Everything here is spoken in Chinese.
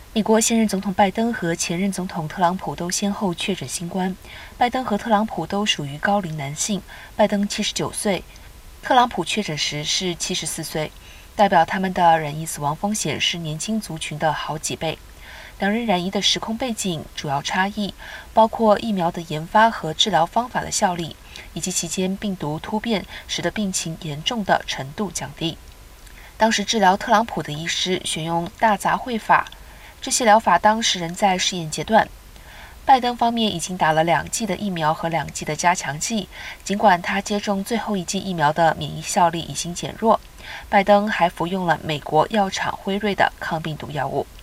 美国现任总统拜登和前任总统特朗普都先后确诊新冠。拜登和特朗普都属于高龄男性，拜登79岁，特朗普确诊时是74岁，代表他们的染疫死亡风险是年轻族群的好几倍。两人染疫的时空背景主要差异包括疫苗的研发和治疗方法的效力，以及期间病毒突变使得病情严重的程度降低。当时治疗特朗普的医师选用大杂烩法，这些疗法当时仍在试验阶段。拜登方面已经打了2剂的疫苗和2剂的加强剂，尽管他接种最后1剂疫苗的免疫效力已经减弱，拜登还服用了美国药厂辉瑞的抗病毒药物。